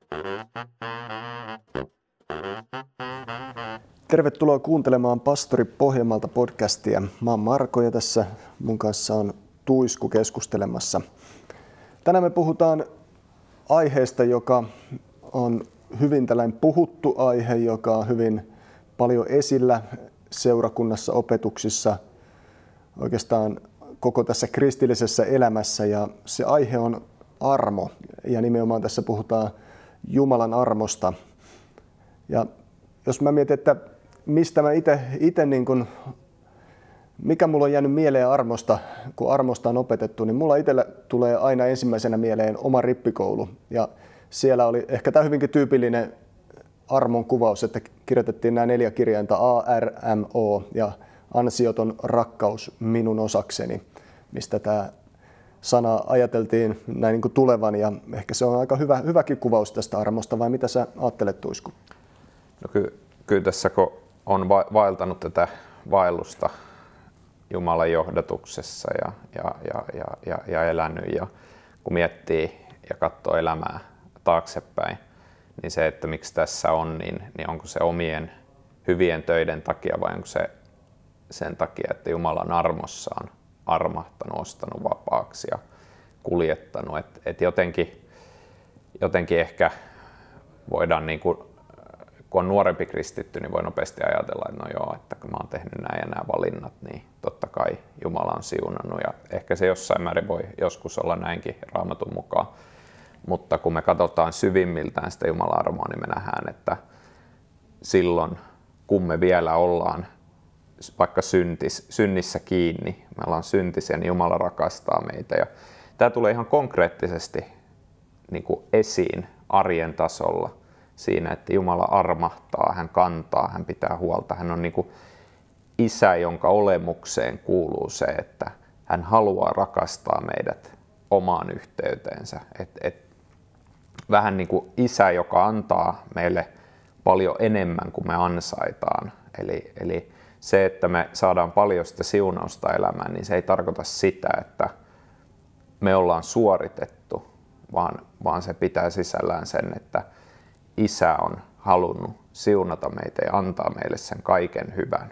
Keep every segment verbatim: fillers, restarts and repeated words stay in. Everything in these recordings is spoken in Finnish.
Tervetuloa kuuntelemaan Pastori Pohjanmaalta podcastia. Mä oon Marko ja tässä mun kanssa on Tuisku keskustelemassa. Tänään me puhutaan aiheesta, joka on hyvin tällainen puhuttu aihe, joka on hyvin paljon esillä seurakunnassa, opetuksissa, oikeastaan koko tässä kristillisessä elämässä. Ja se aihe on armo ja nimenomaan tässä puhutaan Jumalan armosta. Ja jos mä mietin, että mistä mä ite, ite niin kun, mikä mulla on jäänyt mieleen armosta, kun armosta on opetettu, niin mulla itsellä tulee aina ensimmäisenä mieleen oma rippikoulu. Ja siellä oli ehkä tämä hyvinkin tyypillinen armon kuvaus, että kirjoitettiin nämä neljä kirjainta A R M O ja ansioton rakkaus minun osakseni, mistä tämä sana ajateltiin näin niin kuin tulevan. Ja ehkä se on aika hyvä, hyväkin kuvaus tästä armosta, vai mitä sä ajattelet, Tuisku? No ky- kyllä tässä kun on va- vaeltanut tätä vaellusta Jumalan johdatuksessa ja, ja, ja, ja, ja, ja elänyt ja kun miettii ja katsoo elämää taaksepäin, niin se, että miksi tässä on, niin, niin onko se omien hyvien töiden takia vai onko se sen takia, että Jumalan armossa on armahtanut, ostanut vapaaksi ja kuljettanut. Et, et jotenkin, jotenkin ehkä voidaan niin kuin, kun on nuorempi kristitty, niin voi nopeasti ajatella, että no joo, että kun mä oon tehnyt nämä ja nämä valinnat, niin totta kai Jumala on siunannut. Ja ehkä se jossain määrin voi joskus olla näinkin Raamatun mukaan. Mutta kun me katsotaan syvimmiltään sitä Jumalan armoa, niin me nähdään, että silloin kun me vielä ollaan vaikka syntis, synnissä kiinni, me ollaan syntisiä, niin Jumala rakastaa meitä. Ja tämä tulee ihan konkreettisesti niin kuin esiin arjen tasolla. Siinä, että Jumala armahtaa, hän kantaa, hän pitää huolta. Hän on niin kuin isä, jonka olemukseen kuuluu se, että hän haluaa rakastaa meidät omaan yhteyteensä. Et, et, vähän niin kuin isä, joka antaa meille paljon enemmän kuin me ansaitaan. Eli, eli se, että me saadaan paljon sitä siunausta elämään, niin se ei tarkoita sitä, että me ollaan suoritettu, vaan, vaan se pitää sisällään sen, että Isä on halunnut siunata meitä ja antaa meille sen kaiken hyvän.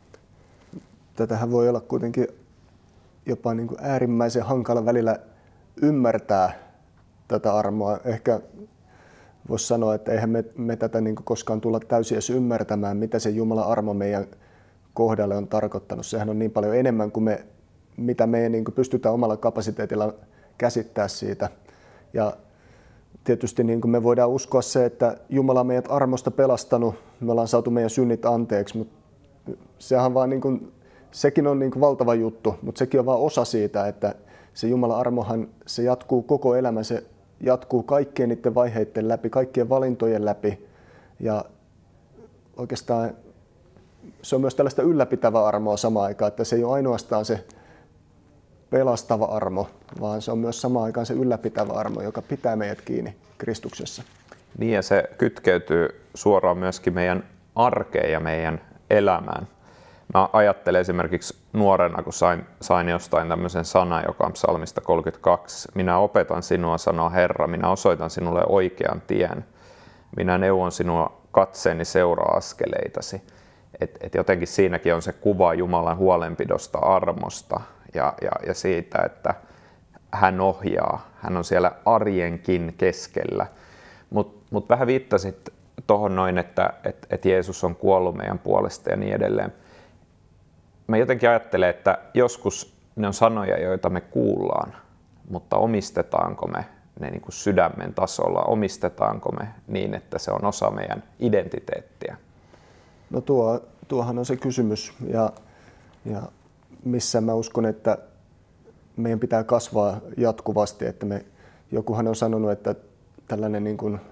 Tätähän voi olla kuitenkin jopa niin kuin äärimmäisen hankala välillä ymmärtää tätä armoa. Ehkä voisi sanoa, että eihän me, me tätä niin kuin koskaan tulla täysin edes ymmärtämään, mitä se Jumalan armo meidän kohdalle on tarkoittanut. Sehän on niin paljon enemmän kuin me, mitä me niin kuin pystytään omalla kapasiteetilla käsittää siitä. Ja tietysti niin kuin me voidaan uskoa se, että Jumala on meidät armosta pelastanut, me ollaan saatu meidän synnit anteeksi, mutta sehän vaan niin kuin, sekin on niin kuin valtava juttu, mutta sekin on vaan osa siitä, että se Jumalan armohan se jatkuu koko elämä, se jatkuu kaikkien niiden vaiheiden läpi, kaikkien valintojen läpi ja oikeastaan se on myös tällaista ylläpitävää armoa samaan aikaan, että se ei ole ainoastaan se pelastava armo, vaan se on myös samaan aikaan se ylläpitävä armo, joka pitää meidät kiinni Kristuksessa. Niin ja se kytkeytyy suoraan myöskin meidän arkeen ja meidän elämään. Mä ajattelen esimerkiksi nuorena, kun sain, sain jostain tämmöisen sanan, joka on psalmista kolmekymmentäkaksi. Minä opetan sinua, sanoo Herra, minä osoitan sinulle oikean tien. Minä neuvon sinua katseeni seuraa askeleitasi. Et, et jotenkin siinäkin on se kuva Jumalan huolenpidosta, armosta. Ja, ja, ja siitä, että hän ohjaa, hän on siellä arjenkin keskellä. Mutta mut vähän viittasit tuohon noin, että et, et Jeesus on kuollut meidän puolesta ja niin edelleen. Mä jotenkin ajattelen, että joskus ne on sanoja, joita me kuullaan, mutta omistetaanko me ne niin kuin sydämen tasolla, omistetaanko me niin, että se on osa meidän identiteettiä? No tuo, tuohan on se kysymys. Ja, ja missä mä uskon, että meidän pitää kasvaa jatkuvasti, että me, jokuhan on sanonut, että tällainen niin kuin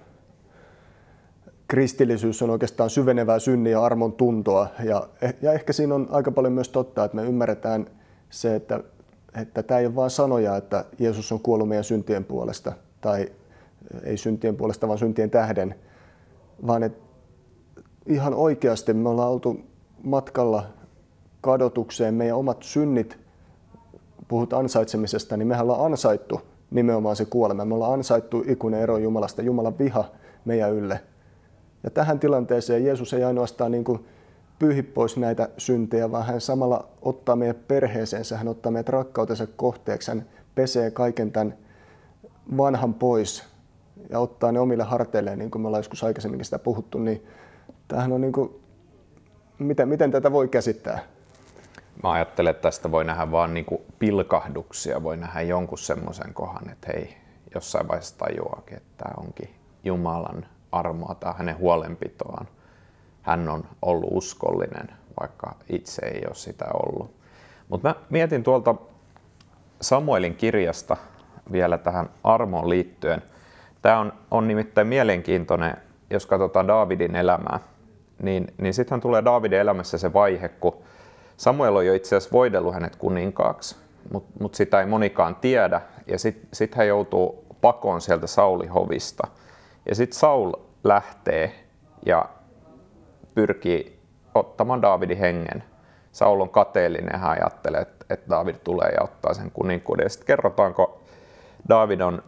kristillisyys on oikeastaan syvenevää synnin ja armon tuntoa ja, ja ehkä siinä on aika paljon myös totta, että me ymmärretään se, että, että tämä ei ole vain sanoja, että Jeesus on kuollut meidän syntien puolesta tai ei syntien puolesta, vaan syntien tähden, vaan että ihan oikeasti me ollaan oltu matkalla kadotukseen, meidän omat synnit, puhut ansaitsemisesta, niin mehän ollaan ansaittu nimenomaan se kuolema. Me ollaan ansaittu ikuinen ero Jumalasta, Jumalan viha meidän ylle. Ja tähän tilanteeseen Jeesus ei ainoastaan niin kuin pyyhi pois näitä syntejä, vaan hän samalla ottaa meidän perheeseensä, hän ottaa meidät rakkautensa kohteeksi, hän pesee kaiken tämän vanhan pois ja ottaa ne omille harteilleen, niin kuin me ollaan joskus aikaisemminkin sitä puhuttu, niin tämähän on niin kuin, miten, miten tätä voi käsittää? Mä ajattelen, että tästä voi nähdä vaan niin kuin pilkahduksia, voi nähdä jonkun semmoisen kohan, että hei, jossain vaiheessa tajuakin, että tämä onkin Jumalan armoa tai hänen huolenpitoaan. Hän on ollut uskollinen, vaikka itse ei ole sitä ollut. Mutta mä mietin tuolta Samuelin kirjasta vielä tähän armoon liittyen. Tämä on, on nimittäin mielenkiintoinen, jos katsotaan Daavidin elämää, niin, niin sittenhän tulee Daavidin elämässä se vaihe, kun Samuel on jo itse asiassa voidellut hänet kuninkaaksi, mutta mut sitä ei monikaan tiedä. Ja sitten sit hän joutuu pakoon sieltä Saulin hovista. Ja sitten Saul lähtee ja pyrkii ottamaan Daavidin hengen. Saul on kateellinen ja hän ajattelee, että, että Daavid tulee ja ottaa sen kuninkuuden. Ja sitten kerrotaan, kun Daavid on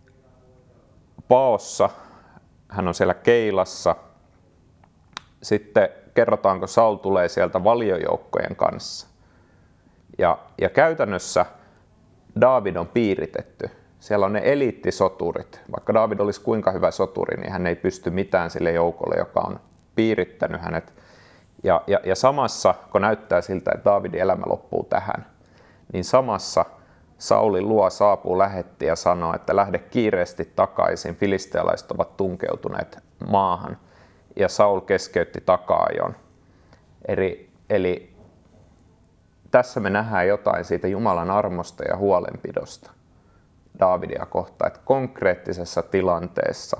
paossa, hän on siellä Keilassa. Sitten kerrotaan, kun Saul tulee sieltä valiojoukkojen kanssa. Ja, ja käytännössä Daavid on piiritetty. Siellä on ne eliittisoturit. Vaikka Daavid olisi kuinka hyvä soturi, niin hän ei pysty mitään sille joukolle, joka on piirittänyt hänet. Ja, ja, ja samassa, kun näyttää siltä, että Daavidin elämä loppuu tähän, niin samassa Saulin luo saapuu lähetti ja sanoo, että lähde kiireesti takaisin, filistealaiset ovat tunkeutuneet maahan. Ja Saul keskeytti taka-ajon. Eli, eli tässä me nähdään jotain siitä Jumalan armosta ja huolenpidosta Daavidia kohtaan, että konkreettisessa tilanteessa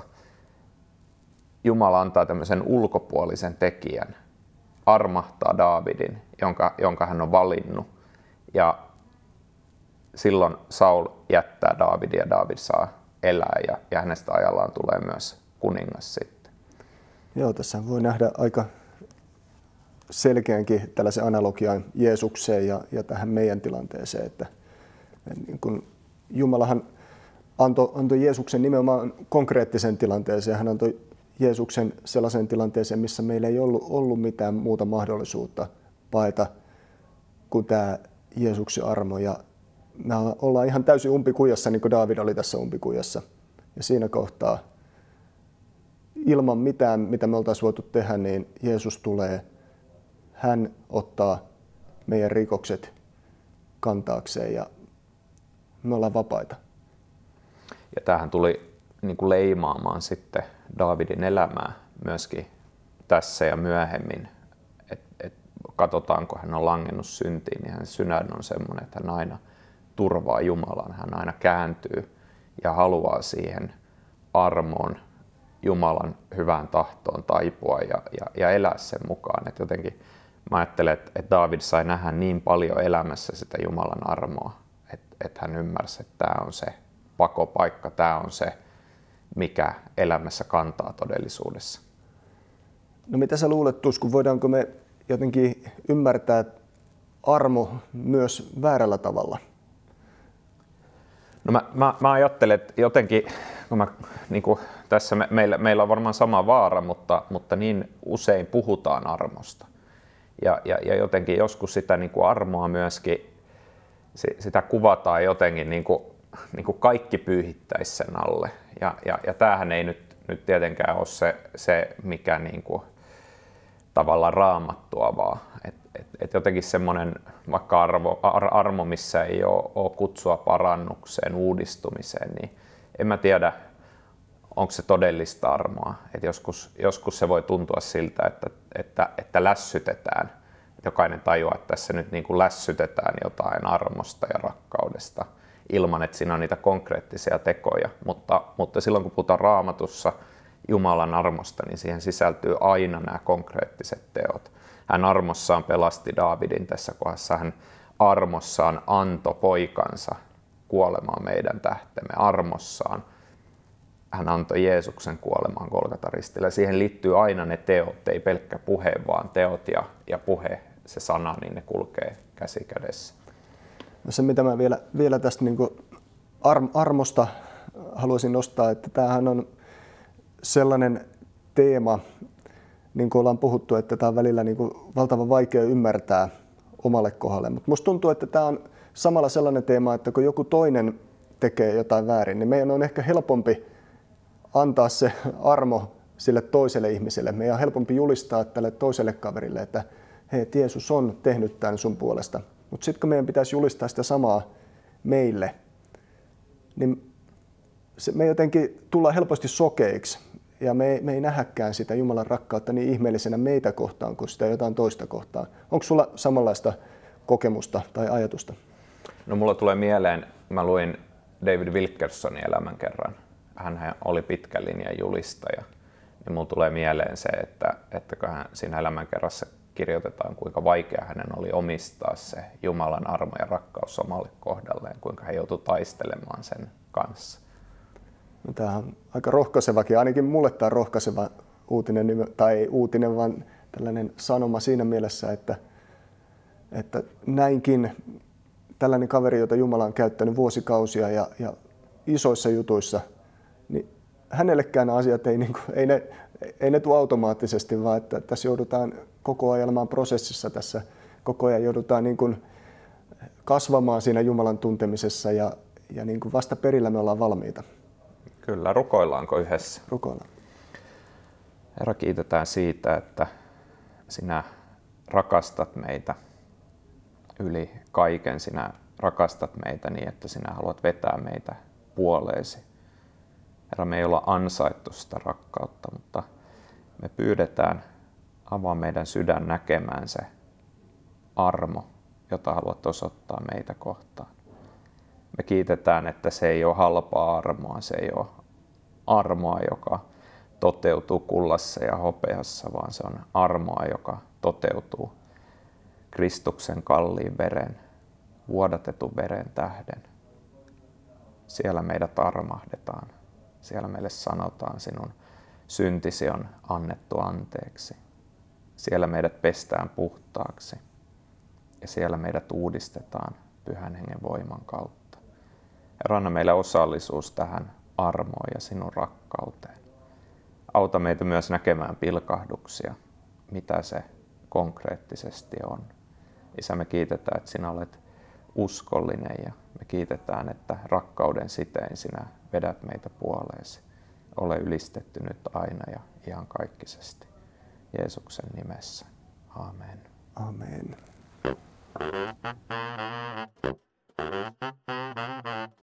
Jumala antaa tämmöisen ulkopuolisen tekijän, armahtaa Daavidin, jonka, jonka hän on valinnut. Ja silloin Saul jättää Daavidin ja Daavid saa elää ja, ja hänestä ajallaan tulee myös kuningas sitten. Joo, tässä voi nähdä aika selkeänkin tällaisen analogian Jeesukseen ja, ja tähän meidän tilanteeseen, että niin kun Jumalahan antoi, antoi Jeesuksen nimenomaan konkreettisen tilanteeseen. Hän antoi Jeesuksen sellaisen tilanteeseen, missä meillä ei ollut, ollut mitään muuta mahdollisuutta paeta kuin tämä Jeesuksen armo. Ja me ollaan ihan täysin umpikujassa, niin kuin Daavid oli tässä umpikujassa. Ja siinä kohtaa ilman mitään, mitä me oltaisiin voitu tehdä, niin Jeesus tulee. Hän ottaa meidän rikokset kantaakseen ja me ollaan vapaita. Ja tämähän tuli niin kuin leimaamaan sitten Daavidin elämää myöskin tässä ja myöhemmin. Et, et, katsotaan, kun hän on langennut syntiin, niin hän sydän on semmoinen, että hän aina turvaa Jumalan. Hän aina kääntyy ja haluaa siihen armoon, Jumalan hyvään tahtoon taipua ja, ja, ja elää sen mukaan. Et jotenkin mä ajattelen, että, että Daavid sai nähdä niin paljon elämässä sitä Jumalan armoa, että, että hän ymmärsi, että tämä on se pakopaikka, tämä on se, mikä elämässä kantaa todellisuudessa. No mitä sä luulet, Tusku, voidaanko me jotenkin ymmärtää armo myös väärällä tavalla? No mä, mä, mä ajattelen, että jotenkin, kun mä, niin kuin tässä me, meillä, meillä on varmaan sama vaara, mutta, mutta niin usein puhutaan armosta. Ja, ja, ja jotenkin joskus sitä niin kuin armoa myöskin, sitä kuvataan jotenkin niin kuin, niin kuin kaikki pyyhittäisi sen alle. Ja, ja, ja tämähän ei nyt, nyt tietenkään ole se, se mikä niin kuin, tavallaan raamattua vaan. Et, et, et jotenkin semmoinen vaikka arvo, ar, armo, missä ei ole, ole kutsua parannukseen, uudistumiseen, niin en mä tiedä, onko se todellista armoa. Et joskus, joskus se voi tuntua siltä, että, että, että lässytetään. Jokainen tajuaa, että tässä nyt niin kuin lässytetään jotain armosta ja rakkaudesta ilman, että siinä on niitä konkreettisia tekoja. Mutta, mutta silloin kun puhutaan Raamatussa Jumalan armosta, niin siihen sisältyy aina nämä konkreettiset teot. Hän armossaan pelasti Daavidin tässä kohdassa. Hän armossaan antoi poikansa kuolemaan meidän tähtemme. Armossaan hän antoi Jeesuksen kuolemaan Golgatan ristillä. Siihen liittyy aina ne teot, ei pelkkä puhe, vaan teot ja, ja puhe, se sana, niin ne kulkee käsi kädessä. No se, mitä mä vielä, vielä tästä niin kuin ar- armosta haluaisin nostaa, että tämähän on sellainen teema, niin kuin ollaan puhuttu, että tämä on välillä niin kuin valtavan vaikea ymmärtää omalle kohdalle. Mutta musta tuntuu, että tämä on samalla sellainen teema, että kun joku toinen tekee jotain väärin, niin meidän on ehkä helpompi antaa se armo sille toiselle ihmiselle. Meidän on helpompi julistaa tälle toiselle kaverille, että hei, Jeesus on tehnyt tämän sun puolesta. Mutta sitten kun meidän pitäisi julistaa sitä samaa meille, niin se, me jotenkin tullaan helposti sokeiksi. Ja me ei, me ei nähäkään sitä Jumalan rakkautta niin ihmeellisenä meitä kohtaan kuin sitä jotain toista kohtaan. Onko sulla samanlaista kokemusta tai ajatusta? No mulla tulee mieleen, mä luin David Wilkersonin elämänkerran. Hän oli pitkän linjan julistaja. Niin mulla tulee mieleen se, että, että kun hän siinä elämänkerrassa kirjoitetaan, kuinka vaikea hänen oli omistaa se Jumalan armo ja rakkaus omalle kohdalleen, kuinka hän joutui taistelemaan sen kanssa. No, tämä on aika rohkaisevakin, ainakin mulle tämä on rohkaiseva uutinen, tai ei uutinen, vaan tällainen sanoma siinä mielessä, että, että näinkin tällainen kaveri, jota Jumala on käyttänyt vuosikausia ja, ja isoissa jutuissa, niin hänellekään nämä asiat ei, niin kuin, ei, ne, ei ne tule automaattisesti, vaan että tässä joudutaan koko ajan olemaan prosessissa, tässä koko ajan joudutaan niin kuin kasvamaan siinä Jumalan tuntemisessa ja, ja niin kuin vasta perillä me ollaan valmiita. Kyllä, rukoillaanko yhdessä? Rukoillaan. Herra, kiitetään siitä, että sinä rakastat meitä yli kaiken. Sinä rakastat meitä niin, että sinä haluat vetää meitä puoleesi. Herra, me ei olla ansaittu sitä rakkautta, mutta me pyydetään, avaa meidän sydän näkemään se armo, jota haluat osoittaa meitä kohtaan. Me kiitetään, että se ei ole halpaa armoa, se ei ole armoa, joka toteutuu kullassa ja hopeassa, vaan se on armoa, joka toteutuu Kristuksen kalliin veren, vuodatetun veren tähden. Siellä meidät armahdetaan, siellä meille sanotaan, sinun syntisi on annettu anteeksi. Siellä meidät pestään puhtaaksi ja siellä meidät uudistetaan Pyhän Hengen voiman kautta. Herra, anna meille osallisuus tähän armoon ja sinun rakkauteen. Auta meitä myös näkemään pilkahduksia, mitä se konkreettisesti on. Isä, me kiitetään, että sinä olet uskollinen ja me kiitetään, että rakkauden sitein sinä vedät meitä puoleesi. Ole ylistetty nyt aina ja iankaikkisesti. Jeesuksen nimessä. Amen. Amen.